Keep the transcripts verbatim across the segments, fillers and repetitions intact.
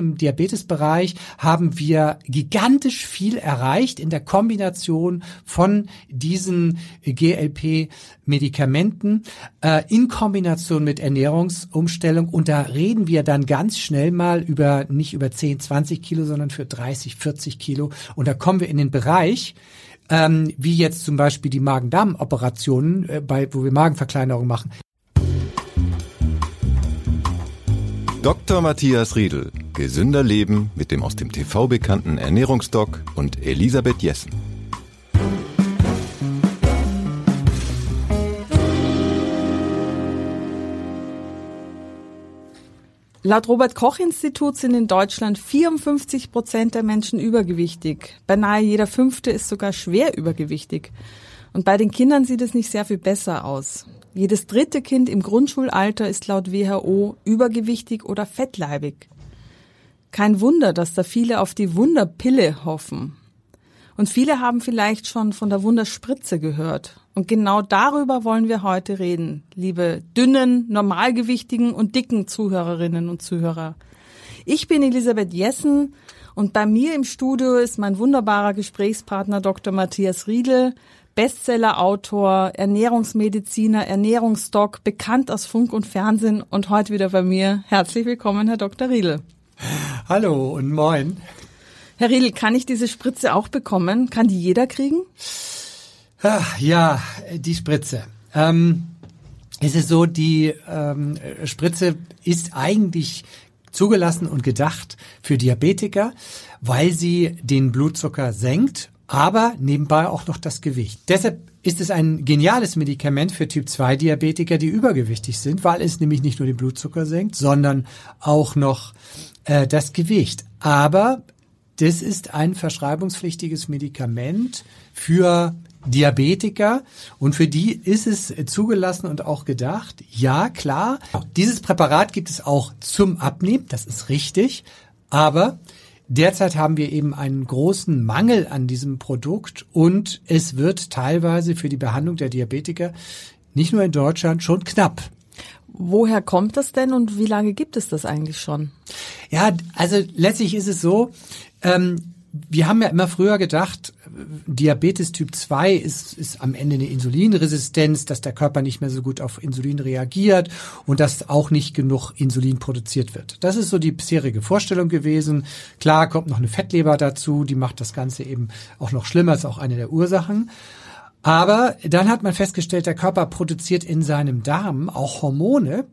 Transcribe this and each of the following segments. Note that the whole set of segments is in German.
im Diabetesbereich haben wir gigantisch viel erreicht in der Kombination von diesen G L P-Medikamenten äh, in Kombination mit Ernährungsumstellung. Und da reden wir dann ganz schnell mal über, nicht über zehn, zwanzig Kilo, sondern für dreißig, vierzig Kilo. Und da kommen wir in den Bereich, ähm, wie jetzt zum Beispiel die Magen-Darm-Operationen, äh, bei, wo wir Magenverkleinerung machen. Doktor Matthias Riedl. Gesünder Leben mit dem aus dem T V bekannten Ernährungsdoc und Elisabeth Jessen. Laut Robert-Koch-Institut sind in Deutschland vierundfünfzig Prozent der Menschen übergewichtig. Beinahe jeder Fünfte ist sogar schwer übergewichtig. Und bei den Kindern sieht es nicht sehr viel besser aus. Jedes dritte Kind im Grundschulalter ist laut W H O übergewichtig oder fettleibig. Kein Wunder, dass da viele auf die Wunderpille hoffen. Und viele haben vielleicht schon von der Wunderspritze gehört. Und genau darüber wollen wir heute reden, liebe dünnen, normalgewichtigen und dicken Zuhörerinnen und Zuhörer. Ich bin Elisabeth Jessen und bei mir im Studio ist mein wunderbarer Gesprächspartner Doktor Matthias Riedl, Bestseller-Autor, Ernährungsmediziner, Ernährungsdoc, bekannt aus Funk und Fernsehen und heute wieder bei mir. Herzlich willkommen, Herr Doktor Riedl. Hallo und moin. Herr Riedl, kann ich diese Spritze auch bekommen? Kann die jeder kriegen? Ach, ja, die Spritze. Ähm, es ist so, die ähm, Spritze ist eigentlich zugelassen und gedacht für Diabetiker, weil sie den Blutzucker senkt, aber nebenbei auch noch das Gewicht. Deshalb ist es ein geniales Medikament für Typ zwei Diabetiker, die übergewichtig sind, weil es nämlich nicht nur den Blutzucker senkt, sondern auch noch äh, das Gewicht. Aber das ist ein verschreibungspflichtiges Medikament für Diabetiker und für die ist es zugelassen und auch gedacht. Ja, klar, dieses Präparat gibt es auch zum Abnehmen, das ist richtig, aber derzeit haben wir eben einen großen Mangel an diesem Produkt und es wird teilweise für die Behandlung der Diabetiker nicht nur in Deutschland schon knapp. Woher kommt das denn und wie lange gibt es das eigentlich schon? Ja, also letztlich ist es so, ähm, wir haben ja immer früher gedacht, Diabetes Typ zwei ist, ist am Ende eine Insulinresistenz, dass der Körper nicht mehr so gut auf Insulin reagiert und dass auch nicht genug Insulin produziert wird. Das ist so die bisherige Vorstellung gewesen. Klar kommt noch eine Fettleber dazu, die macht das Ganze eben auch noch schlimmer, ist auch eine der Ursachen. Aber dann hat man festgestellt, der Körper produziert in seinem Darm auch Hormone,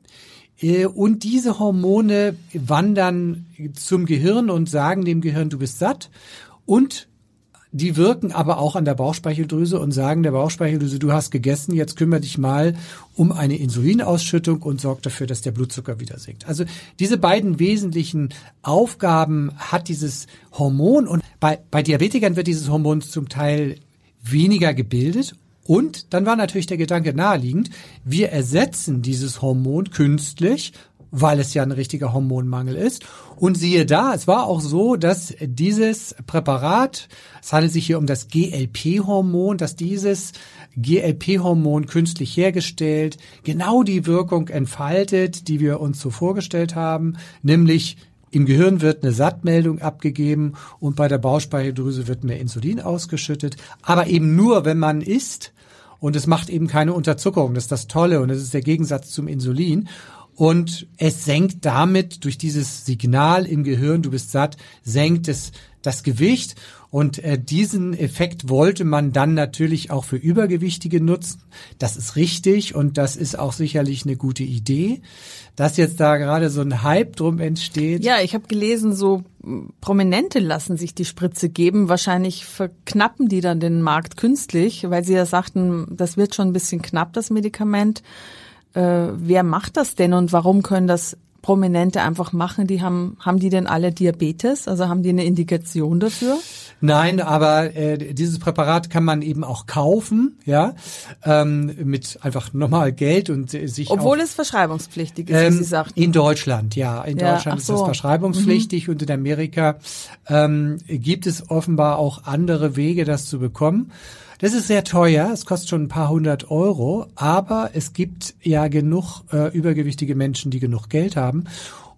und diese Hormone wandern zum Gehirn und sagen dem Gehirn, du bist satt. Und die wirken aber auch an der Bauchspeicheldrüse und sagen der Bauchspeicheldrüse, du hast gegessen, jetzt kümmere dich mal um eine Insulinausschüttung und sorg dafür, dass der Blutzucker wieder sinkt. Also diese beiden wesentlichen Aufgaben hat dieses Hormon. Und bei, bei Diabetikern wird dieses Hormon zum Teil weniger gebildet. Und dann war natürlich der Gedanke naheliegend, wir ersetzen dieses Hormon künstlich, weil es ja ein richtiger Hormonmangel ist. Und siehe da, es war auch so, dass dieses Präparat, es handelt sich hier um das G L P-Hormon, dass dieses G L P-Hormon künstlich hergestellt genau die Wirkung entfaltet, die wir uns so vorgestellt haben, nämlich im Gehirn wird eine Sattmeldung abgegeben und bei der Bauchspeicheldrüse wird mehr Insulin ausgeschüttet, aber eben nur, wenn man isst. Und es macht eben keine Unterzuckerung. Das ist das Tolle und das ist der Gegensatz zum Insulin. Und es senkt damit durch dieses Signal im Gehirn, du bist satt, senkt es das Gewicht. Und äh, diesen Effekt wollte man dann natürlich auch für Übergewichtige nutzen. Das ist richtig und das ist auch sicherlich eine gute Idee, dass jetzt da gerade so ein Hype drum entsteht. Ja, ich habe gelesen, so Prominente lassen sich die Spritze geben. Wahrscheinlich verknappen die dann den Markt künstlich, weil sie ja sagten, das wird schon ein bisschen knapp, das Medikament. Äh, wer macht das denn und warum können das Prominente einfach machen? Die haben, haben die denn alle Diabetes? Also haben die eine Indikation dafür? Nein, aber äh, dieses Präparat kann man eben auch kaufen, ja, ähm, mit einfach normal Geld und äh, sich Obwohl auch, es verschreibungspflichtig ist, ähm, wie Sie sagten. In Deutschland, ja, in ja, Deutschland ist so. das verschreibungspflichtig mhm. und in Amerika ähm, gibt es offenbar auch andere Wege, das zu bekommen. Das ist sehr teuer, es kostet schon ein paar hundert Euro, aber es gibt ja genug äh, übergewichtige Menschen, die genug Geld haben.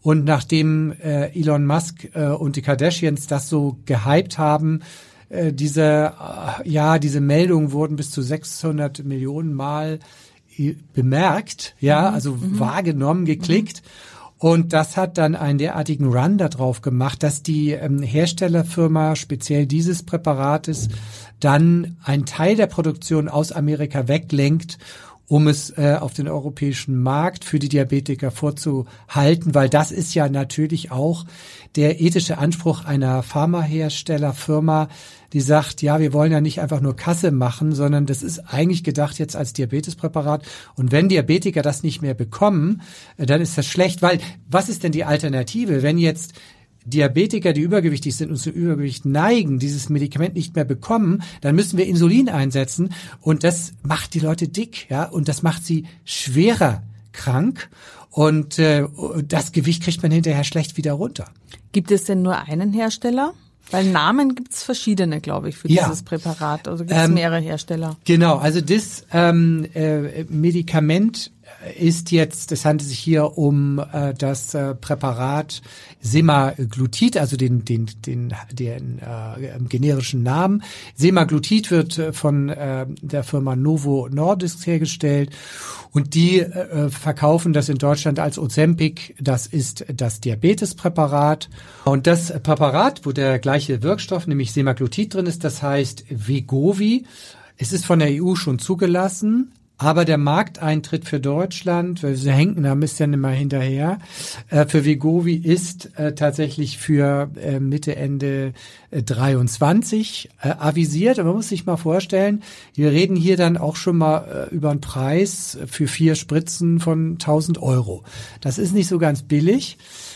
Und nachdem äh, Elon Musk äh, und die Kardashians das so gehypt haben, äh, diese äh, ja diese Meldungen wurden bis zu sechshundert Millionen Mal äh, bemerkt, ja, mhm. also mhm. wahrgenommen, geklickt. Mhm. Und das hat dann einen derartigen Run darauf gemacht, dass die ähm, Herstellerfirma speziell dieses Präparates dann einen Teil der Produktion aus Amerika weglenkt, um es äh, auf den europäischen Markt für die Diabetiker vorzuhalten, weil das ist ja natürlich auch der ethische Anspruch einer Pharmaherstellerfirma, die sagt, ja, wir wollen ja nicht einfach nur Kasse machen, sondern das ist eigentlich gedacht jetzt als Diabetespräparat. Und wenn Diabetiker das nicht mehr bekommen, äh, dann ist das schlecht, weil was ist denn die Alternative, wenn jetzt Diabetiker, die übergewichtig sind und zu Übergewicht neigen, dieses Medikament nicht mehr bekommen, dann müssen wir Insulin einsetzen und das macht die Leute dick, ja, und das macht sie schwerer krank und äh, das Gewicht kriegt man hinterher schlecht wieder runter. Gibt es denn nur einen Hersteller? Weil Namen gibt's verschiedene, glaube ich, für ja. dieses Präparat. Also gibt es ähm, mehrere Hersteller. Genau, also das ähm, äh, Medikament ist jetzt, es handelt sich hier um äh, das äh, Präparat Semaglutid, also den den den den äh, generischen Namen. Semaglutid wird äh, von äh, der Firma Novo Nordisk hergestellt und die äh, verkaufen das in Deutschland als Ozempic. Das ist das Diabetespräparat und das Präparat, wo der gleiche Wirkstoff, nämlich Semaglutid drin ist, das heißt Wegovy. Es ist von der E U schon zugelassen. Aber der Markteintritt für Deutschland, weil wir hängen da ein bisschen immer hinterher, äh, für Wegovy ist äh, tatsächlich für äh, Mitte, Ende äh, dreiundzwanzig äh, avisiert. Aber man muss sich mal vorstellen, wir reden hier dann auch schon mal äh, über einen Preis für vier Spritzen von tausend Euro. Das ist nicht so ganz billig.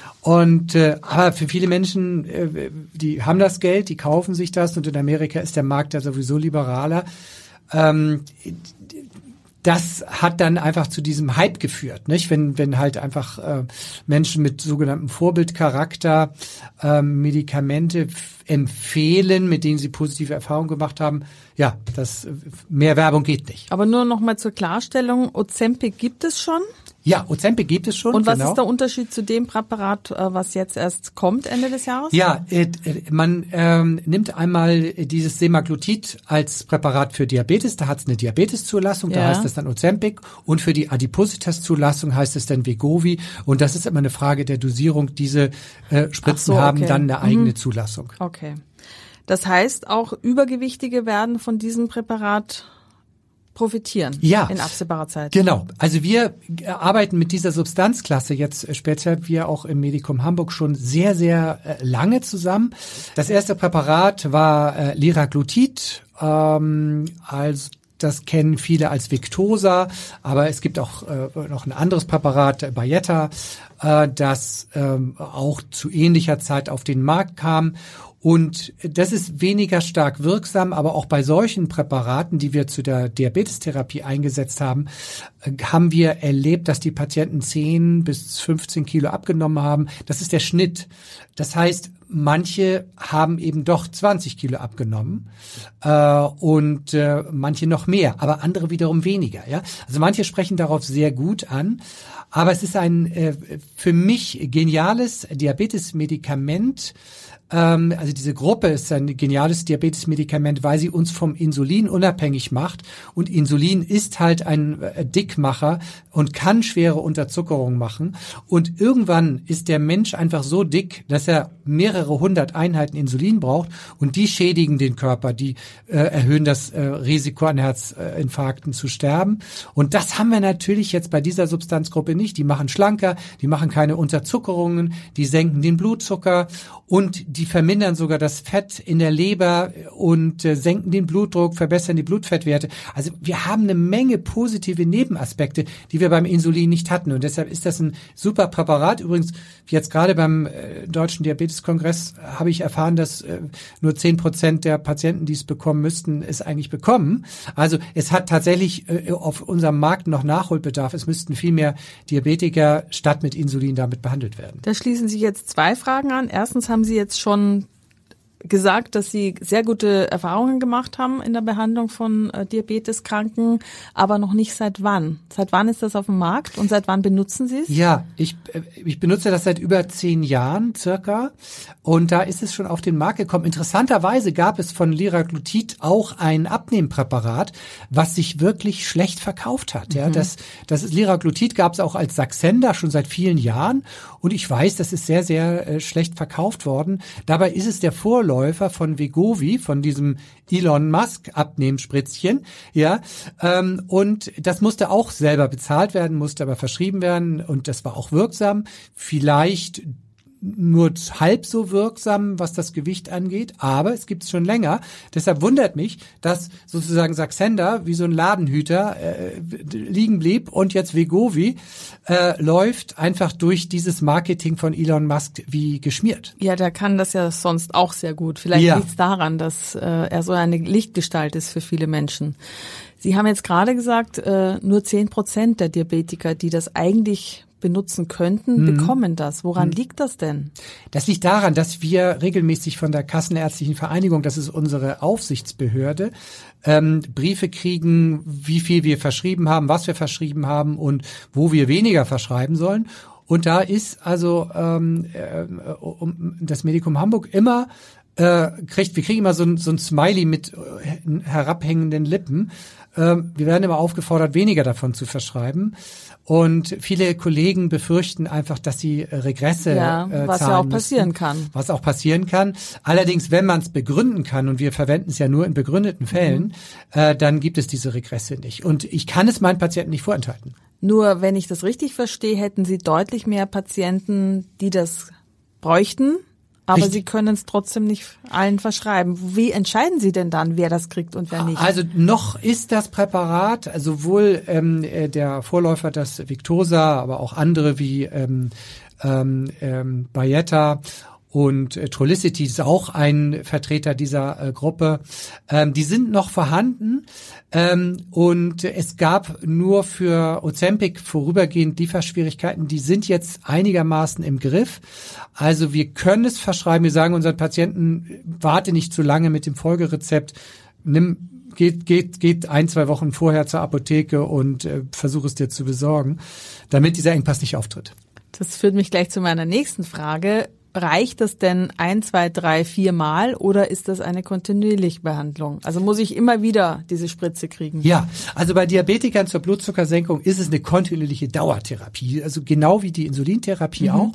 Und äh, aber für viele Menschen, äh, die haben das Geld, die kaufen sich das. Und in Amerika ist der Markt ja sowieso liberaler. Ähm, Das hat dann einfach zu diesem Hype geführt, nicht? Wenn wenn halt einfach äh, Menschen mit sogenanntem Vorbildcharakter äh, Medikamente f- empfehlen, mit denen sie positive Erfahrungen gemacht haben. Ja, das mehr Werbung geht nicht. Aber nur noch mal zur Klarstellung: Ozempic gibt es schon? Ja, Ozempic gibt es schon. Und was genau. ist der Unterschied zu dem Präparat, was jetzt erst kommt Ende des Jahres? Ja, äh, man ähm, nimmt einmal dieses Semaglutid als Präparat für Diabetes. Da hat es eine Diabeteszulassung, da ja. heißt es dann Ozempic. Und für die Adipositas-Zulassung heißt es dann Wegovy. Und das ist immer eine Frage der Dosierung. Diese äh, Spritzen so, haben okay. dann eine eigene mhm. Zulassung. Okay. Das heißt, auch Übergewichtige werden von diesem Präparat profitieren ja, in absehbarer Zeit. Genau. Also wir arbeiten mit dieser Substanzklasse jetzt speziell, wir auch im Medikum Hamburg schon sehr, sehr äh, lange zusammen. Das erste Präparat war äh, Liraglutid, ähm, also das kennen viele als Victoza, aber es gibt auch äh, noch ein anderes Präparat, äh, Byetta, äh, das ähm, auch zu ähnlicher Zeit auf den Markt kam. Und das ist weniger stark wirksam, aber auch bei solchen Präparaten, die wir zu der Diabetestherapie eingesetzt haben, haben wir erlebt, dass die Patienten zehn bis fünfzehn Kilo abgenommen haben. Das ist der Schnitt. Das heißt, manche haben eben doch zwanzig Kilo abgenommen äh, und äh, manche noch mehr, aber andere wiederum weniger. Ja, also manche sprechen darauf sehr gut an. Aber es ist ein äh, für mich geniales Diabetesmedikament. Ähm, also diese Gruppe ist ein geniales Diabetesmedikament, weil sie uns vom Insulin unabhängig macht. Und Insulin ist halt ein äh, Dickmacher und kann schwere Unterzuckerung machen. Und irgendwann ist der Mensch einfach so dick, dass er mehrere hundert Einheiten Insulin braucht. Und die schädigen den Körper, die äh, erhöhen das äh, Risiko an Herzinfarkten zu sterben. Und das haben wir natürlich jetzt bei dieser Substanzgruppe nicht. Die machen schlanker, die machen keine Unterzuckerungen, die senken den Blutzucker und die vermindern sogar das Fett in der Leber und äh, senken den Blutdruck, verbessern die Blutfettwerte. Also wir haben eine Menge positive Nebenaspekte, die wir beim Insulin nicht hatten. Und deshalb ist das ein super Präparat. Übrigens, jetzt gerade beim äh, Deutschen Diabeteskongress habe ich erfahren, dass äh, nur zehn Prozent der Patienten, die es bekommen müssten, es eigentlich bekommen. Also es hat tatsächlich äh, auf unserem Markt noch Nachholbedarf. Es müssten viel mehr Diabetiker statt mit Insulin damit behandelt werden. Da schließen sich jetzt zwei Fragen an. Erstens, haben Sie jetzt schon gesagt, dass Sie sehr gute Erfahrungen gemacht haben in der Behandlung von äh, Diabeteskranken, aber noch nicht seit wann. Seit wann ist das auf dem Markt und seit wann benutzen Sie es? Ja, ich, äh, ich benutze das seit über zehn Jahren circa und da ist es schon auf den Markt gekommen. Interessanterweise gab es von Liraglutid auch ein Abnehmpräparat, was sich wirklich schlecht verkauft hat. Ja, mhm. das, das Liraglutid gab es auch als Saxenda schon seit vielen Jahren und ich weiß, das ist sehr, sehr äh, schlecht verkauft worden. Dabei ist es der Vorläufer von Wegovy, von diesem Elon Musk Abnehmspritzchen, ja, ähm, und das musste auch selber bezahlt werden, musste aber verschrieben werden und das war auch wirksam. Vielleicht nur halb so wirksam, was das Gewicht angeht, aber es gibt es schon länger. Deshalb wundert mich, dass sozusagen Saxenda wie so ein Ladenhüter äh, liegen blieb und jetzt Wegovy äh, läuft einfach durch dieses Marketing von Elon Musk wie geschmiert. Ja, der kann das ja sonst auch sehr gut. Vielleicht ja. liegt es daran, dass äh, er so eine Lichtgestalt ist für viele Menschen. Sie haben jetzt gerade gesagt, äh, nur zehn Prozent der Diabetiker, die das eigentlich benutzen könnten, mhm. bekommen das. Woran mhm. liegt das denn? Das liegt daran, dass wir regelmäßig von der Kassenärztlichen Vereinigung, das ist unsere Aufsichtsbehörde, ähm, Briefe kriegen, wie viel wir verschrieben haben, was wir verschrieben haben und wo wir weniger verschreiben sollen. Und da ist also ähm, äh, um, das Medikum Hamburg immer äh, kriegt, wir kriegen immer so ein, so ein Smiley mit äh, herabhängenden Lippen. Äh, wir werden immer aufgefordert, weniger davon zu verschreiben. Und viele Kollegen befürchten einfach, dass sie Regresse ja, äh, was zahlen ja auch müssten, passieren kann. Was auch passieren kann. Allerdings, wenn man es begründen kann, und wir verwenden es ja nur in begründeten Fällen, mhm. äh, dann gibt es diese Regresse nicht. Und ich kann es meinen Patienten nicht vorenthalten. Nur, wenn ich das richtig verstehe, hätten Sie deutlich mehr Patienten, die das bräuchten, aber Richtig. Sie können es trotzdem nicht allen verschreiben. Wie entscheiden Sie denn dann, wer das kriegt und wer nicht? Also noch ist das Präparat, sowohl ähm, der Vorläufer, das Victoza, aber auch andere wie ähm, ähm, Byetta und äh, Trulicity ist auch ein Vertreter dieser äh, Gruppe. Ähm, die sind noch vorhanden ähm, und es gab nur für Ozempic vorübergehend Lieferschwierigkeiten. Die sind jetzt einigermaßen im Griff. Also wir können es verschreiben. Wir sagen unseren Patienten, warte nicht zu lange mit dem Folgerezept. Nimm Geht, geht, geht ein, zwei Wochen vorher zur Apotheke und äh, versuch es dir zu besorgen, damit dieser Engpass nicht auftritt. Das führt mich gleich zu meiner nächsten Frage. Reicht das denn ein, zwei, drei, vier Mal oder ist das eine kontinuierliche Behandlung? Also muss ich immer wieder diese Spritze kriegen? Ja, also bei Diabetikern zur Blutzuckersenkung ist es eine kontinuierliche Dauertherapie, also genau wie die Insulintherapie mhm. auch.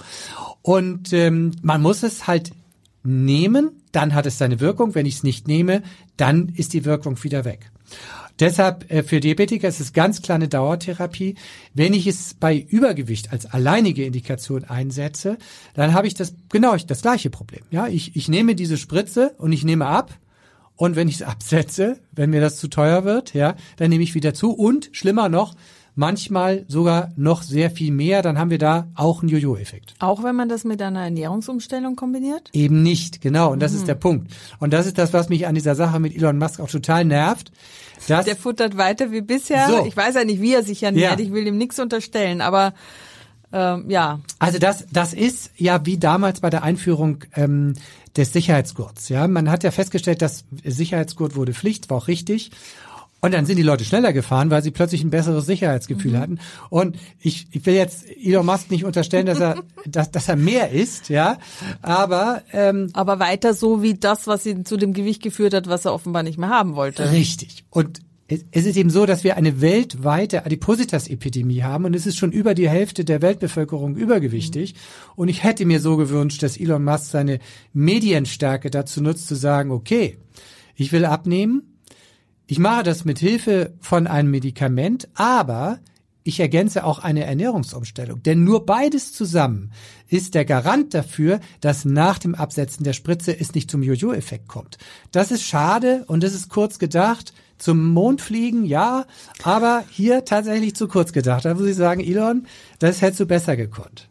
Und ähm, man muss es halt nehmen, dann hat es seine Wirkung. Wenn ich es nicht nehme, dann ist die Wirkung wieder weg. Deshalb äh, für Diabetiker ist es ganz klar eine Dauertherapie. Wenn ich es bei Übergewicht als alleinige Indikation einsetze, dann habe ich das genau das gleiche Problem. Ja, ich ich nehme diese Spritze und ich nehme ab. Und wenn ich es absetze, wenn mir das zu teuer wird, ja, dann nehme ich wieder zu. Und schlimmer noch, manchmal sogar noch sehr viel mehr, dann haben wir da auch einen Jojo-Effekt. Auch wenn man das mit einer Ernährungsumstellung kombiniert? Eben nicht, genau. Und das mhm. ist der Punkt. Und das ist das, was mich an dieser Sache mit Elon Musk auch total nervt. Dass der futtert weiter wie bisher. So. Ich weiß ja nicht, wie er sich ernährt. Ja. Ich will ihm nichts unterstellen, aber ähm, ja. Also das, das ist ja wie damals bei der Einführung ähm, des Sicherheitsgurts. Ja, man hat ja festgestellt, dass Sicherheitsgurt wurde Pflicht, war auch richtig. Und dann sind die Leute schneller gefahren, weil sie plötzlich ein besseres Sicherheitsgefühl mhm. hatten. Und ich, ich will jetzt Elon Musk nicht unterstellen, dass er, dass, dass er mehr isst, ja. Aber ähm, aber weiter so wie das, was ihn zu dem Gewicht geführt hat, was er offenbar nicht mehr haben wollte. Richtig. Und es, es ist eben so, dass wir eine weltweite Adipositas-Epidemie haben und es ist schon über die Hälfte der Weltbevölkerung übergewichtig. Mhm. Und ich hätte mir so gewünscht, dass Elon Musk seine Medienstärke dazu nutzt, zu sagen, okay, ich will abnehmen. Ich mache das mit Hilfe von einem Medikament, aber ich ergänze auch eine Ernährungsumstellung. Denn nur beides zusammen ist der Garant dafür, dass nach dem Absetzen der Spritze es nicht zum Jojo-Effekt kommt. Das ist schade und das ist kurz gedacht. Zum Mond fliegen, ja, aber hier tatsächlich zu kurz gedacht. Da muss ich sagen, Elon, das hättest du besser gekonnt.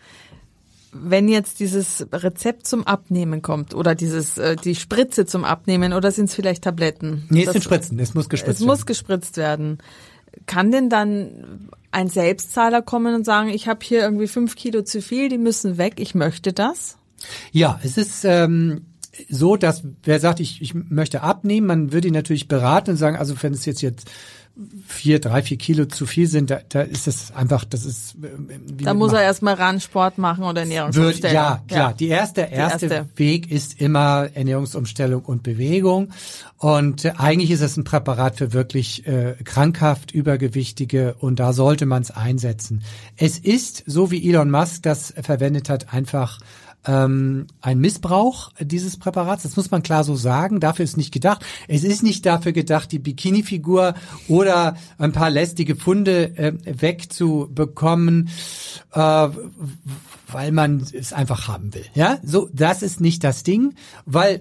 Wenn jetzt dieses Rezept zum Abnehmen kommt oder dieses äh, die Spritze zum Abnehmen oder sind es vielleicht Tabletten? Nee, es sind Spritzen, es muss gespritzt es werden. Es muss gespritzt werden. Kann denn dann ein Selbstzahler kommen und sagen, ich habe hier irgendwie fünf Kilo zu viel, die müssen weg, ich möchte das? Ja, es ist ähm, so, dass wer sagt, ich, ich möchte abnehmen, man würde ihn natürlich beraten und sagen, also wenn es jetzt jetzt vier, drei, vier Kilo zu viel sind, da, da ist es einfach, das ist wie Da muss er erstmal ran Sport machen oder Ernährungsumstellung. Ja, klar. Ja. Die erste, erste, erste Weg ist immer Ernährungsumstellung und Bewegung. Und äh, eigentlich ist es ein Präparat für wirklich äh, krankhaft Übergewichtige und da sollte man es einsetzen. Es ist, so wie Elon Musk das verwendet hat, einfach Ähm, ein Missbrauch dieses Präparats, das muss man klar so sagen, dafür ist nicht gedacht. Es ist nicht dafür gedacht, die Bikini-Figur oder ein paar lästige Pfunde äh, wegzubekommen, äh, weil man es einfach haben will. Ja, so, das ist nicht das Ding, weil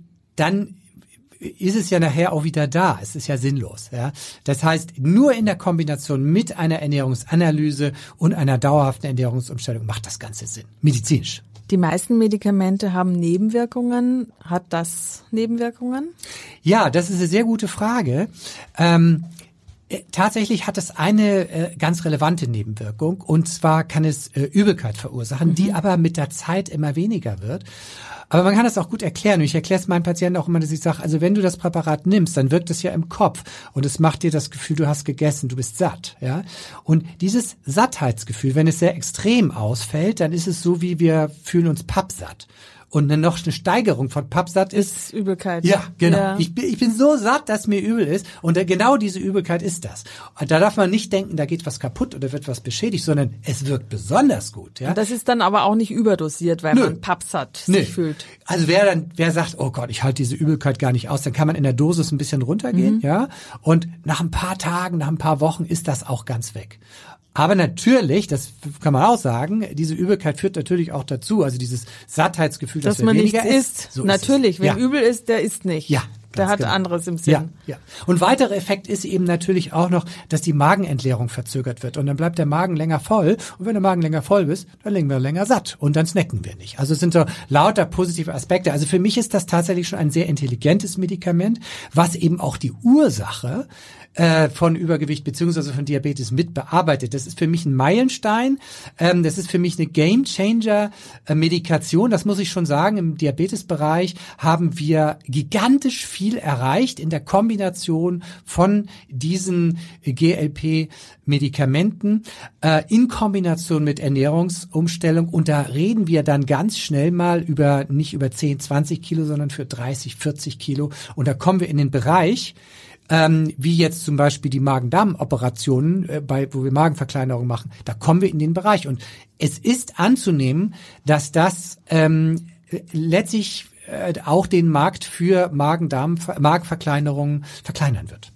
dann ist es ja nachher auch wieder da. Es ist ja sinnlos. Ja, das heißt, nur in der Kombination mit einer Ernährungsanalyse und einer dauerhaften Ernährungsumstellung macht das Ganze Sinn, medizinisch. Die meisten Medikamente haben Nebenwirkungen. Hat das Nebenwirkungen? Ja, das ist eine sehr gute Frage. Ähm, äh, tatsächlich hat es eine äh, ganz relevante Nebenwirkung. Und zwar kann es äh, Übelkeit verursachen, mhm. die aber mit der Zeit immer weniger wird. Aber man kann das auch gut erklären. Und ich erkläre es meinen Patienten auch immer, dass ich sage, also wenn du das Präparat nimmst, dann wirkt es ja im Kopf und es macht dir das Gefühl, du hast gegessen, du bist satt. Ja. Und dieses Sattheitsgefühl, wenn es sehr extrem ausfällt, dann ist es so, wie wir fühlen uns pappsatt. Und eine, noch eine Steigerung von pappsatt ist, ist Übelkeit. Ja, genau. Ja. Ich bin, ich bin so satt, dass mir übel ist. Und genau diese Übelkeit ist das. Und da darf man nicht denken, da geht was kaputt oder wird was beschädigt, sondern es wirkt besonders gut. Ja? Und das ist dann aber auch nicht überdosiert, weil Nö. man pappsatt sich Nö. fühlt. Also wer dann, wer sagt, oh Gott, ich halte diese Übelkeit gar nicht aus, dann kann man in der Dosis ein bisschen runtergehen, mhm. ja. Und nach ein paar Tagen, nach ein paar Wochen ist das auch ganz weg. Aber natürlich, das kann man auch sagen, diese Übelkeit führt natürlich auch dazu, also dieses Sattheitsgefühl, dass, dass man weniger nichts isst. isst. So natürlich, ist wer ja. übel ist, der isst nicht. Ja. Der hat genau. anderes im Sinn. Ja, ja. Und weiterer Effekt ist eben natürlich auch noch, dass die Magenentleerung verzögert wird. Und dann bleibt der Magen länger voll. Und wenn der Magen länger voll ist, dann liegen wir länger satt. Und dann snacken wir nicht. Also es sind so lauter positive Aspekte. Also für mich ist das tatsächlich schon ein sehr intelligentes Medikament, was eben auch die Ursache äh, von Übergewicht beziehungsweise von Diabetes mit bearbeitet. Das ist für mich ein Meilenstein. Ähm, das ist für mich eine Game-Changer-Medikation. Das muss ich schon sagen. Im Diabetesbereich haben wir gigantisch viel erreicht in der Kombination von diesen G L P-Medikamenten äh, in Kombination mit Ernährungsumstellung. Und da reden wir dann ganz schnell mal über nicht über zehn, zwanzig Kilo, sondern für dreißig, vierzig Kilo. Und da kommen wir in den Bereich, ähm, wie jetzt zum Beispiel die Magen-Darm-Operationen, äh, bei wo wir Magenverkleinerung machen. Da kommen wir in den Bereich. Und es ist anzunehmen, dass das ähm, letztlich auch den Markt für Magen-Darm, Magenverkleinerungen verkleinern wird.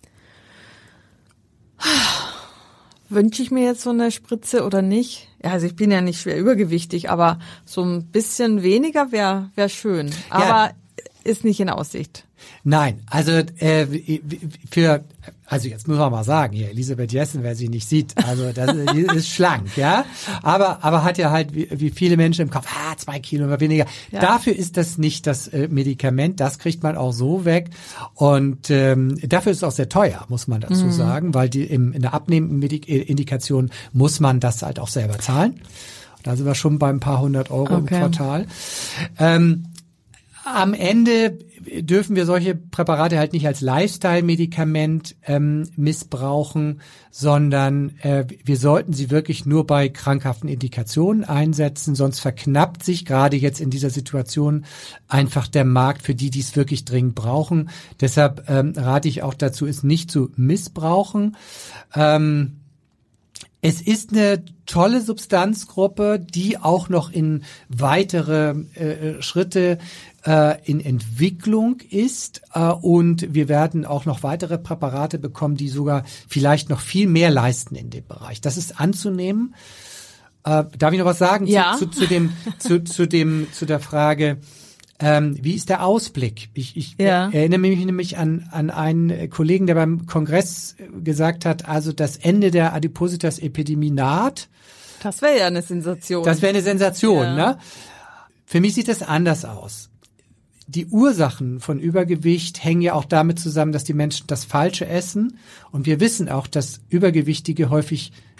Wünsche ich mir jetzt so eine Spritze oder nicht? Ja, also ich bin ja nicht schwer übergewichtig, aber so ein bisschen weniger wäre wär schön. Aber ja. Ist nicht in Aussicht. Nein, also äh, für also jetzt muss man mal sagen, hier Elisabeth Jessen, wer sie nicht sieht, also das ist schlank, ja, aber aber hat ja halt wie, wie viele Menschen im Kopf, ah, zwei Kilo oder weniger. Ja. Dafür ist das nicht das äh, Medikament, das kriegt man auch so weg und ähm, dafür ist es auch sehr teuer, muss man dazu mhm. sagen, weil die im, in der Abnehmindikation muss man das halt auch selber zahlen. Da sind wir schon bei ein paar hundert Euro okay. im Quartal. Ähm, Am Ende dürfen wir solche Präparate halt nicht als Lifestyle-Medikament ähm, missbrauchen, sondern äh, wir sollten sie wirklich nur bei krankhaften Indikationen einsetzen, sonst verknappt sich gerade jetzt in dieser Situation einfach der Markt für die, die es wirklich dringend brauchen. Deshalb ähm, rate ich auch dazu, es nicht zu missbrauchen. Ähm, Es ist eine tolle Substanzgruppe, die auch noch in weitere äh, Schritte äh, in Entwicklung ist äh, und wir werden auch noch weitere Präparate bekommen, die sogar vielleicht noch viel mehr leisten in dem Bereich. Das ist anzunehmen. Äh, darf ich noch was sagen ja. zu, zu, zu dem zu, zu dem zu der Frage? Ähm, wie ist der Ausblick? Ich, ich ja. erinnere mich nämlich an, an einen Kollegen, der beim Kongress gesagt hat, also das Ende der Adipositas-Epidemie naht. Das wäre ja eine Sensation. Das wäre eine Sensation, ja. ne? Für mich sieht das anders aus. Die Ursachen von Übergewicht hängen ja auch damit zusammen, dass die Menschen das Falsche essen. Und wir wissen auch, dass Übergewichtige häufig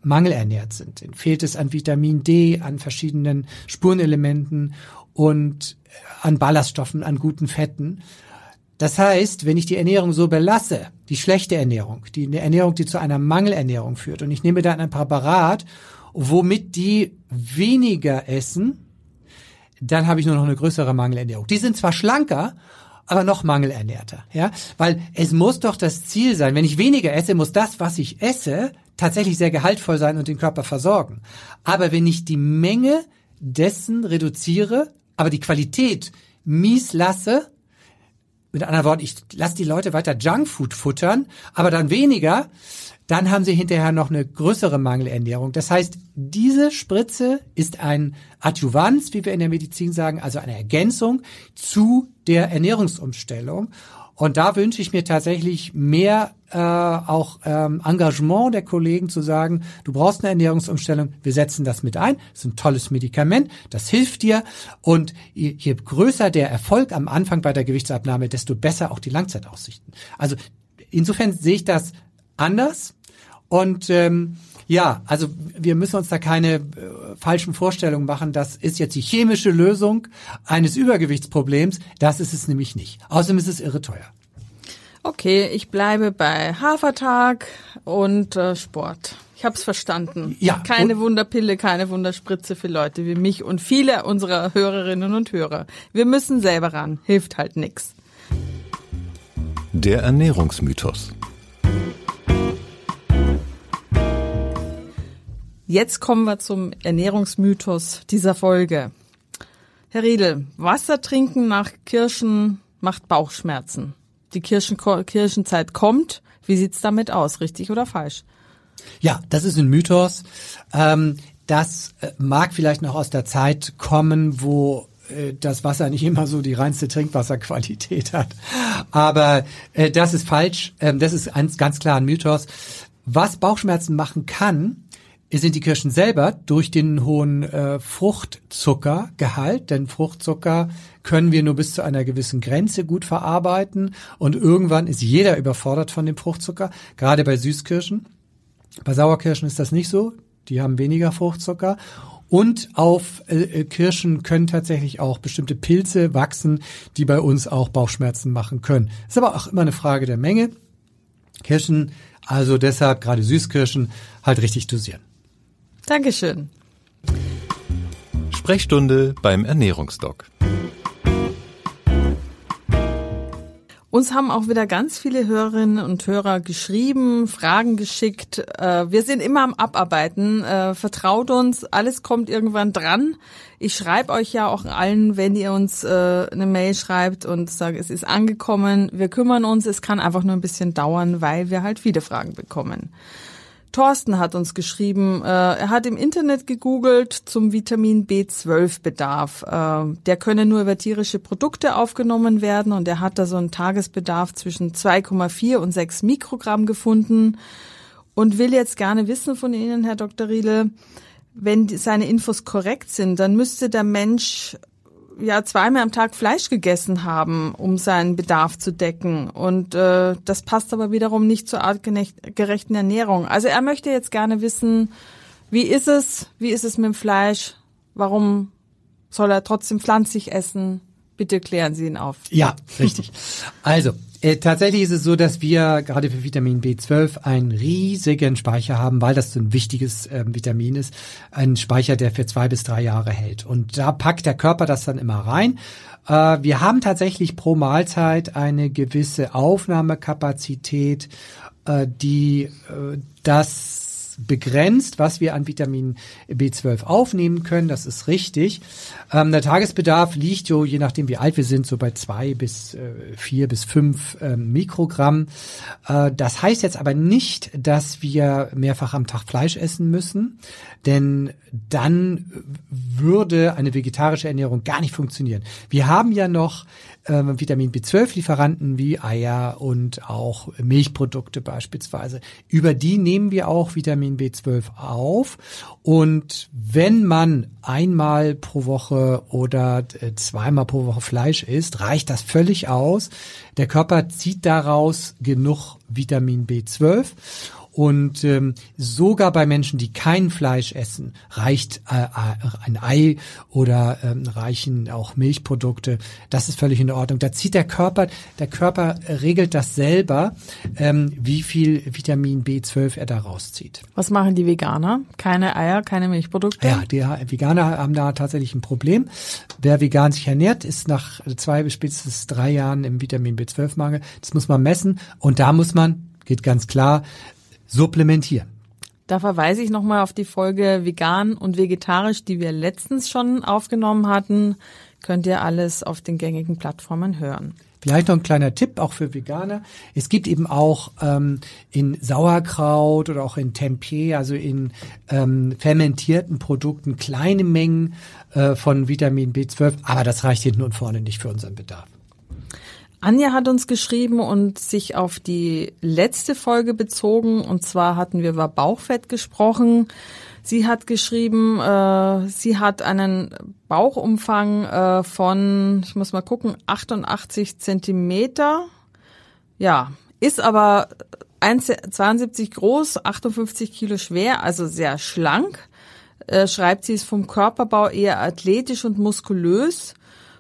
mangelernährt sind. Denen fehlt es an Vitamin D, an verschiedenen Spurenelementen und an Ballaststoffen, an guten Fetten. Das heißt, wenn ich die Ernährung so belasse, die schlechte Ernährung, die eine Ernährung, die zu einer Mangelernährung führt, und ich nehme dann ein Präparat, womit die weniger essen, dann habe ich nur noch eine größere Mangelernährung. Die sind zwar schlanker, aber noch mangelernährter, ja, weil es muss doch das Ziel sein, wenn ich weniger esse, muss das, was ich esse, tatsächlich sehr gehaltvoll sein und den Körper versorgen. Aber wenn ich die Menge dessen reduziere, aber die Qualität mies lasse, mit anderen Worten, ich lasse die Leute weiter Junkfood futtern, aber dann weniger, dann haben sie hinterher noch eine größere Mangelernährung. Das heißt, diese Spritze ist ein Adjuvanz, wie wir in der Medizin sagen, also eine Ergänzung zu der Ernährungsumstellung. Und da wünsche ich mir tatsächlich mehr äh, auch ähm, Engagement der Kollegen zu sagen, du brauchst eine Ernährungsumstellung, wir setzen das mit ein. Das ist ein tolles Medikament, das hilft dir. Und je, je größer der Erfolg am Anfang bei der Gewichtsabnahme, desto besser auch die Langzeitaussichten. Also insofern sehe ich das anders. Und ähm, ja, also wir müssen uns da keine äh, falschen Vorstellungen machen. Das ist jetzt die chemische Lösung eines Übergewichtsproblems. Das ist es nämlich nicht. Außerdem ist es irre teuer. Okay, ich bleibe bei Hafertag und äh, Sport. Ich habe es verstanden. Ja, keine Wunderpille, keine Wunderspritze für Leute wie mich und viele unserer Hörerinnen und Hörer. Wir müssen selber ran. Hilft halt nix. Der Ernährungsmythos. Jetzt kommen wir zum Ernährungsmythos dieser Folge. Herr Riedl, Wasser trinken nach Kirschen macht Bauchschmerzen. Die Kirschen, Kirschenzeit kommt. Wie sieht's damit aus? Richtig oder falsch? Ja, das ist ein Mythos. Ähm, das mag vielleicht noch aus der Zeit kommen, wo äh, das Wasser nicht immer so die reinste Trinkwasserqualität hat. Aber äh, das ist falsch. Ähm, das ist ein, ganz klar ein Mythos. Was Bauchschmerzen machen kann, sind die Kirschen selber durch den hohen äh, Fruchtzuckergehalt, denn Fruchtzucker können wir nur bis zu einer gewissen Grenze gut verarbeiten und irgendwann ist jeder überfordert von dem Fruchtzucker, gerade bei Süßkirschen. Bei Sauerkirschen ist das nicht so, die haben weniger Fruchtzucker. Und auf äh, Kirschen können tatsächlich auch bestimmte Pilze wachsen, die bei uns auch Bauchschmerzen machen können. Ist aber auch immer eine Frage der Menge. Kirschen, also deshalb gerade Süßkirschen, halt richtig dosieren. Dankeschön. Sprechstunde beim Ernährungsdoc. Uns haben auch wieder ganz viele Hörerinnen und Hörer geschrieben, Fragen geschickt. Wir sind immer am Abarbeiten. Vertraut uns, alles kommt irgendwann dran. Ich schreibe euch ja auch allen, wenn ihr uns eine Mail schreibt und sagt, es ist angekommen. Wir kümmern uns. Es kann einfach nur ein bisschen dauern, weil wir halt viele Fragen bekommen. Thorsten hat uns geschrieben, äh, er hat im Internet gegoogelt zum Vitamin B zwölf Bedarf. Äh, der könne nur über tierische Produkte aufgenommen werden und er hat da so einen Tagesbedarf zwischen zwei Komma vier und sechs Mikrogramm gefunden und will jetzt gerne wissen von Ihnen, Herr Doktor Riedl, wenn die, seine Infos korrekt sind, dann müsste der Mensch ja zweimal am Tag Fleisch gegessen haben, um seinen Bedarf zu decken. Und äh, das passt aber wiederum nicht zur artgerechten Ernährung. Also er möchte jetzt gerne wissen, wie ist es, wie ist es mit dem Fleisch? Warum soll er trotzdem pflanzlich essen? Bitte klären Sie ihn auf. Ja, richtig. Also, äh, tatsächlich ist es so, dass wir gerade für Vitamin B zwölf einen riesigen Speicher haben, weil das so ein wichtiges äh, Vitamin ist. Ein Speicher, der für zwei bis drei Jahre hält. Und da packt der Körper das dann immer rein. Äh, wir haben tatsächlich pro Mahlzeit eine gewisse Aufnahmekapazität, äh, die äh, das begrenzt, was wir an Vitamin B zwölf aufnehmen können. Das ist richtig. Ähm, der Tagesbedarf liegt so, je nachdem wie alt wir sind, so bei zwei bis äh, vier bis fünf äh, Mikrogramm. Äh, das heißt jetzt aber nicht, dass wir mehrfach am Tag Fleisch essen müssen, denn dann würde eine vegetarische Ernährung gar nicht funktionieren. Wir haben ja noch äh, Vitamin B zwölf Lieferanten wie Eier und auch Milchprodukte beispielsweise. Über die nehmen wir auch Vitamin B zwölf auf. Und wenn man einmal pro Woche oder äh, zweimal pro Woche Fleisch isst, reicht das völlig aus. Der Körper zieht daraus genug Vitamin B zwölf. Und ähm, sogar bei Menschen, die kein Fleisch essen, reicht äh, ein Ei oder ähm, reichen auch Milchprodukte. Das ist völlig in Ordnung. Da zieht der Körper, der Körper regelt das selber, ähm, wie viel Vitamin B zwölf er da rauszieht. Was machen die Veganer? Keine Eier, keine Milchprodukte? Ja, die Veganer haben da tatsächlich ein Problem. Wer vegan sich ernährt, ist nach zwei bis spätestens drei Jahren im Vitamin B zwölf Mangel. Das muss man messen und da muss man, geht ganz klar, supplementieren. Da verweise ich nochmal auf die Folge Vegan und Vegetarisch, die wir letztens schon aufgenommen hatten. Könnt ihr alles auf den gängigen Plattformen hören. Vielleicht noch ein kleiner Tipp, auch für Veganer. Es gibt eben auch ähm, in Sauerkraut oder auch in Tempeh, also in ähm, fermentierten Produkten, kleine Mengen äh, von Vitamin B zwölf, aber das reicht hinten und vorne nicht für unseren Bedarf. Anja hat uns geschrieben und sich auf die letzte Folge bezogen, und zwar hatten wir über Bauchfett gesprochen. Sie hat geschrieben, äh, sie hat einen Bauchumfang äh, von, ich muss mal gucken, achtundachtzig Zentimeter. Ja, ist aber eins Komma zweiundsiebzig groß, achtundfünfzig Kilo schwer, also sehr schlank. Äh, schreibt sie, ist vom Körperbau eher athletisch und muskulös.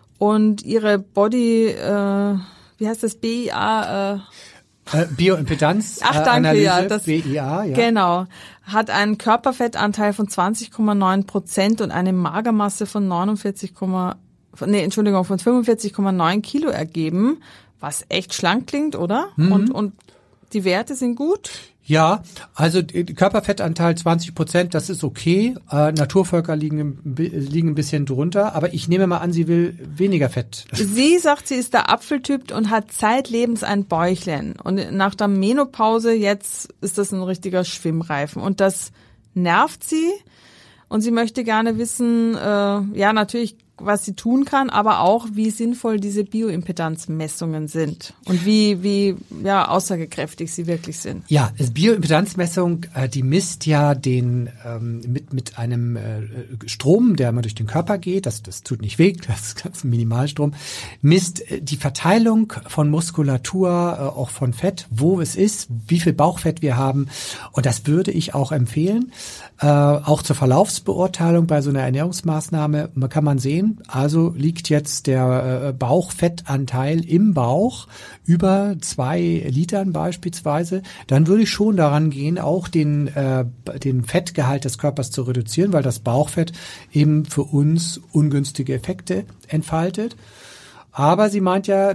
Und ihre Body, äh, wie heißt das, B I A? Äh, Äh, Bioimpedanz Ach, danke, Analyse, ja, das, B I A, ja. Genau. Hat einen Körperfettanteil von zwanzig Komma neun Prozent und eine Magermasse von neunundvierzig, nee, Entschuldigung, von fünfundvierzig Komma neun Kilo ergeben, was echt schlank klingt, oder? Mhm. Und, und die Werte sind gut? Ja, also Körperfettanteil zwanzig Prozent, das ist okay. Äh, Naturvölker liegen, liegen ein bisschen drunter, aber ich nehme mal an, sie will weniger Fett. Sie sagt, sie ist der Apfeltyp und hat zeitlebens ein Bäuchlein. Und nach der Menopause jetzt ist das ein richtiger Schwimmreifen. Und das nervt sie. Und sie möchte gerne wissen, äh, ja natürlich, was sie tun kann, aber auch, wie sinnvoll diese Bioimpedanzmessungen sind und wie wie ja aussagekräftig sie wirklich sind. Ja, die Bioimpedanzmessung, äh, die misst ja den ähm, mit mit einem äh, Strom, der mal durch den Körper geht, das das tut nicht weh, das ist ganz ein Minimalstrom, misst äh, die Verteilung von Muskulatur, äh, auch von Fett, wo es ist, wie viel Bauchfett wir haben, und das würde ich auch empfehlen, äh, auch zur Verlaufsbeurteilung bei so einer Ernährungsmaßnahme. Man kann man sehen, also liegt jetzt der äh, Bauchfettanteil im Bauch über zwei Litern beispielsweise, dann würde ich schon daran gehen, auch den, äh, den Fettgehalt des Körpers zu reduzieren, weil das Bauchfett eben für uns ungünstige Effekte entfaltet. Aber sie meint ja,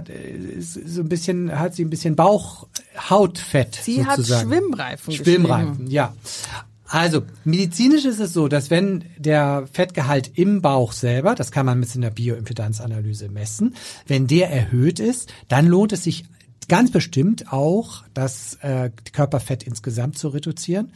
so ein bisschen, hat sie ein bisschen Bauchhautfett sie sozusagen. Sie hat Schwimmreifen Schwimmreifen, ja. Also, medizinisch ist es so, dass wenn der Fettgehalt im Bauch selber, das kann man mit so einer Bioimpedanzanalyse messen, wenn der erhöht ist, dann lohnt es sich ganz bestimmt auch, das äh, Körperfett insgesamt zu reduzieren.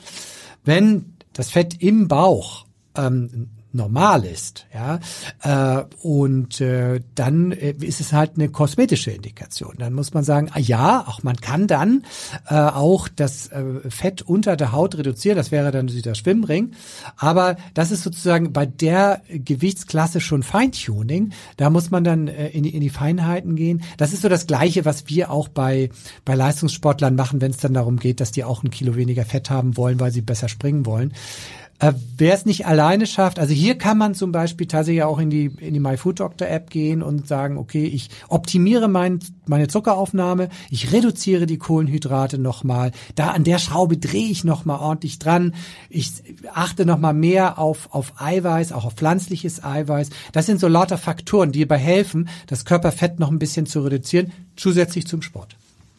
Wenn das Fett im Bauch ähm, normal ist, ja, äh, und äh, dann äh, ist es halt eine kosmetische Indikation. Dann muss man sagen, ah, ja, auch man kann dann äh, auch das äh, Fett unter der Haut reduzieren, das wäre dann dieser Schwimmring, aber das ist sozusagen bei der Gewichtsklasse schon Feintuning, da muss man dann äh, in, die, in die Feinheiten gehen. Das ist so das Gleiche, was wir auch bei bei Leistungssportlern machen, wenn es dann darum geht, dass die auch ein Kilo weniger Fett haben wollen, weil sie besser springen wollen. Äh, wer es nicht alleine schafft, also hier kann man zum Beispiel tatsächlich auch in die in die MyFoodDoctor-App gehen und sagen, okay, ich optimiere mein, meine Zuckeraufnahme, ich reduziere die Kohlenhydrate nochmal, da an der Schraube drehe ich nochmal ordentlich dran, ich achte nochmal mehr auf auf Eiweiß, auch auf pflanzliches Eiweiß. Das sind so lauter Faktoren, die dabei helfen, das Körperfett noch ein bisschen zu reduzieren, zusätzlich zum Sport.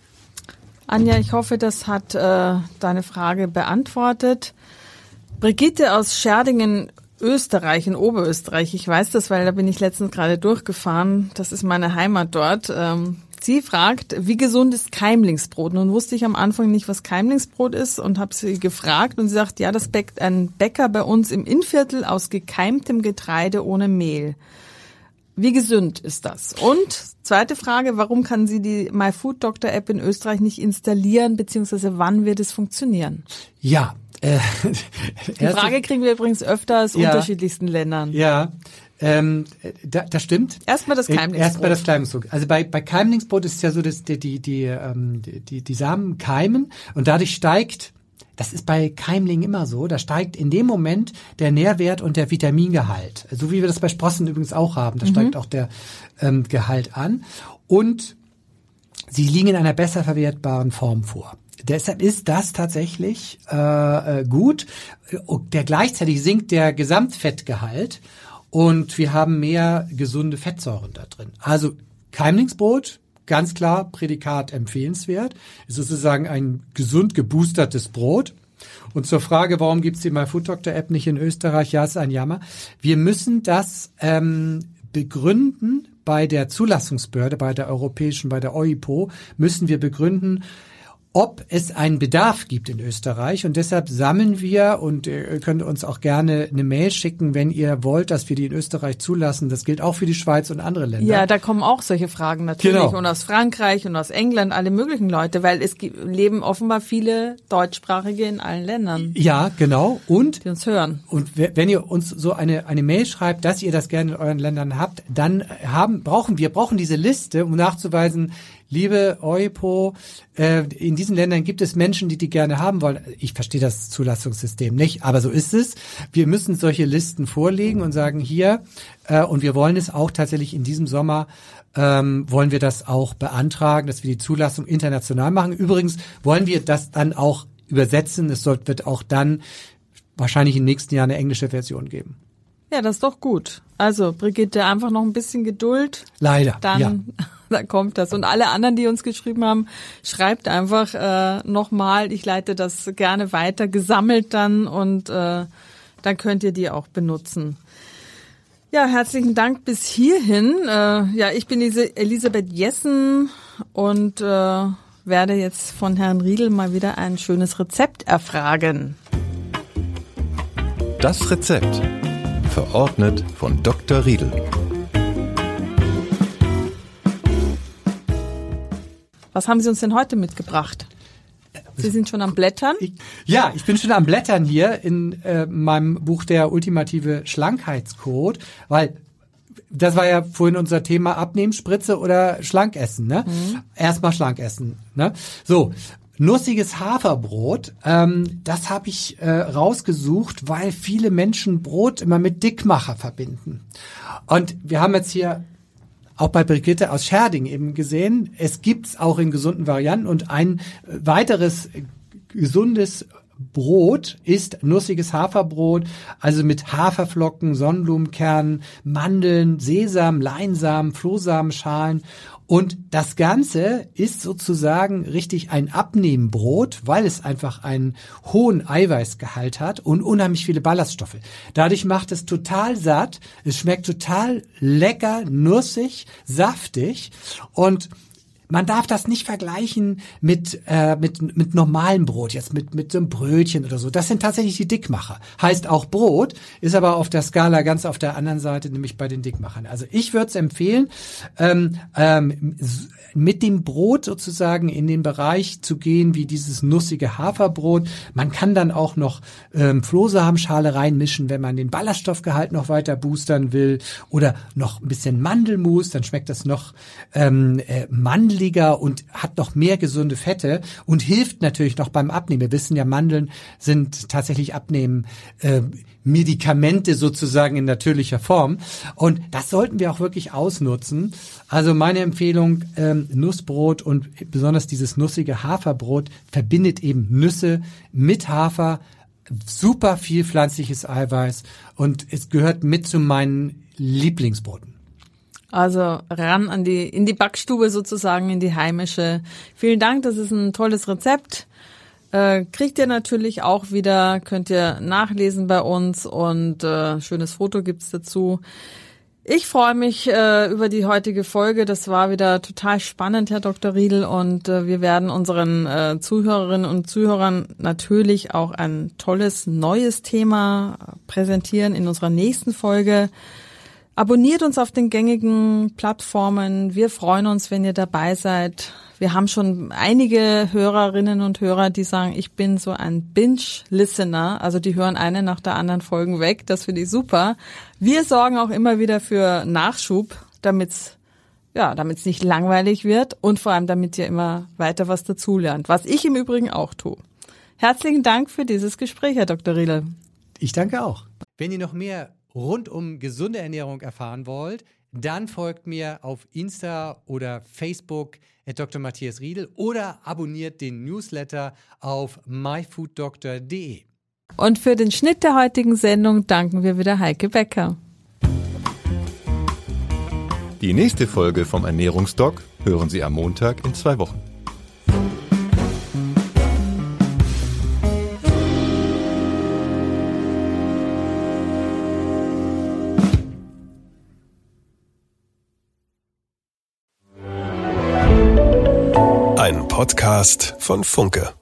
Anja, ich hoffe, das hat äh, deine Frage beantwortet. Brigitte aus Scherdingen, Österreich, in Oberösterreich. Ich weiß das, weil da bin ich letztens gerade durchgefahren. Das ist meine Heimat dort. Ähm, sie fragt, wie gesund ist Keimlingsbrot? Nun wusste ich am Anfang nicht, was Keimlingsbrot ist und habe sie gefragt. Und sie sagt, ja, das bäckt ein Bäcker bei uns im Innviertel aus gekeimtem Getreide ohne Mehl. Wie gesund ist das? Und zweite Frage, warum kann sie die MyFoodDoctor-App in Österreich nicht installieren, beziehungsweise wann wird es funktionieren? Ja, Äh, Die Frage kriegen wir übrigens öfter aus ja, unterschiedlichsten Ländern. Ja, ähm, da, das stimmt. Erstmal das Keimlingsbrot. Erstmal das Keimlingsbrot. Also bei, bei Keimlingsbrot ist es ja so, dass die, die, die, ähm, die, die Samen keimen und dadurch steigt das ist bei Keimlingen immer so, da steigt in dem Moment der Nährwert und der Vitamingehalt. So wie wir das bei Sprossen übrigens auch haben, da mhm. steigt auch der ähm, Gehalt an. Und sie liegen in einer besser verwertbaren Form vor. Deshalb ist das tatsächlich äh, gut. Der gleichzeitig sinkt der Gesamtfettgehalt und wir haben mehr gesunde Fettsäuren da drin. Also Keimlingsbrot, ganz klar, Prädikat empfehlenswert. Ist sozusagen ein gesund geboostertes Brot. Und zur Frage, warum gibt's die MyFoodDoctor-App nicht in Österreich? Ja, ist ein Jammer. Wir müssen das ähm, begründen bei der Zulassungsbehörde, bei der europäischen, bei der EUIPO, müssen wir begründen, ob es einen Bedarf gibt in Österreich. Und deshalb sammeln wir, und ihr könnt uns auch gerne eine Mail schicken, wenn ihr wollt, dass wir die in Österreich zulassen. Das gilt auch für die Schweiz und andere Länder. Ja, da kommen auch solche Fragen natürlich. Genau. Und aus Frankreich und aus England, alle möglichen Leute, weil es gibt, leben offenbar viele Deutschsprachige in allen Ländern. Ja, genau. Und die uns hören. Und wenn ihr uns so eine eine Mail schreibt, dass ihr das gerne in euren Ländern habt, dann haben brauchen wir brauchen diese Liste, um nachzuweisen, liebe EUIPO, äh, in diesen Ländern gibt es Menschen, die die gerne haben wollen. Ich verstehe das Zulassungssystem nicht, aber so ist es. Wir müssen solche Listen vorlegen und sagen, hier, äh, und wir wollen es auch tatsächlich in diesem Sommer, ähm, wollen wir das auch beantragen, dass wir die Zulassung international machen. Übrigens wollen wir das dann auch übersetzen. Es soll, wird auch dann wahrscheinlich im nächsten Jahr eine englische Version geben. Ja, das ist doch gut. Also, Brigitte, einfach noch ein bisschen Geduld. Leider, Dann ja. Da kommt das. Und alle anderen, die uns geschrieben haben, schreibt einfach äh, nochmal. Ich leite das gerne weiter, gesammelt dann und äh, dann könnt ihr die auch benutzen. Ja, herzlichen Dank bis hierhin. Äh, ja, ich bin Elisabeth Jessen und äh, werde jetzt von Herrn Riedl mal wieder ein schönes Rezept erfragen. Das Rezept, verordnet von Doktor Riedl. Was haben Sie uns denn heute mitgebracht? Sie sind schon am Blättern? Ich, ja, ich bin schon am Blättern hier in äh, meinem Buch Der ultimative Schlankheitscode, weil das war ja vorhin unser Thema Abnehmspritze oder Schlankessen, ne? Mhm. Erstmal Schlankessen, ne? So. Nussiges Haferbrot, ähm, das habe ich äh, rausgesucht, weil viele Menschen Brot immer mit Dickmacher verbinden. Und wir haben jetzt hier auch bei Brigitte aus Scherding eben gesehen, es gibt's auch in gesunden Varianten und ein weiteres gesundes Brot ist nussiges Haferbrot, also mit Haferflocken, Sonnenblumenkernen, Mandeln, Sesam, Leinsamen, Flohsamenschalen. Und das Ganze ist sozusagen richtig ein Abnehmbrot, weil es einfach einen hohen Eiweißgehalt hat und unheimlich viele Ballaststoffe. Dadurch macht es total satt, es schmeckt total lecker, nussig, saftig und man darf das nicht vergleichen mit äh, mit mit normalem Brot, jetzt mit mit so einem Brötchen oder so. Das sind tatsächlich die Dickmacher. Heißt auch Brot, ist aber auf der Skala ganz auf der anderen Seite, nämlich bei den Dickmachern. Also ich würde es empfehlen, ähm, ähm, mit dem Brot sozusagen in den Bereich zu gehen, wie dieses nussige Haferbrot. Man kann dann auch noch ähm, Flohsamenschale reinmischen, wenn man den Ballaststoffgehalt noch weiter boostern will, oder noch ein bisschen Mandelmus, dann schmeckt das noch ähm, äh, mandelig und hat noch mehr gesunde Fette und hilft natürlich noch beim Abnehmen. Wir wissen ja, Mandeln sind tatsächlich Abnehmen äh, Medikamente sozusagen in natürlicher Form und das sollten wir auch wirklich ausnutzen. Also meine Empfehlung, ähm, Nussbrot und besonders dieses nussige Haferbrot verbindet eben Nüsse mit Hafer, super viel pflanzliches Eiweiß und es gehört mit zu meinen Lieblingsbroten. Also ran an die, in die Backstube sozusagen, in die heimische. Vielen Dank, das ist ein tolles Rezept. Äh, kriegt ihr natürlich auch wieder, könnt ihr nachlesen bei uns und äh, schönes Foto gibt's dazu. Ich freue mich äh, über die heutige Folge. Das war wieder total spannend, Herr Doktor Riedl, und äh, wir werden unseren äh, Zuhörerinnen und Zuhörern natürlich auch ein tolles neues Thema präsentieren in unserer nächsten Folge. Abonniert uns auf den gängigen Plattformen. Wir freuen uns, wenn ihr dabei seid. Wir haben schon einige Hörerinnen und Hörer, die sagen, ich bin so ein Binge-Listener. Also die hören eine nach der anderen Folgen weg. Das finde ich super. Wir sorgen auch immer wieder für Nachschub, damit's, ja, damit's nicht langweilig wird und vor allem, damit ihr immer weiter was dazulernt. Was ich im Übrigen auch tue. Herzlichen Dank für dieses Gespräch, Herr Doktor Riedel. Ich danke auch. Wenn ihr noch mehr rund um gesunde Ernährung erfahren wollt, dann folgt mir auf Insta oder Facebook at Doktor Matthias Riedel oder abonniert den Newsletter auf my food doctor punkt de. Und für den Schnitt der heutigen Sendung danken wir wieder Heike Becker. Die nächste Folge vom Ernährungsdoc hören Sie am Montag in zwei Wochen. Ein Podcast von Funke.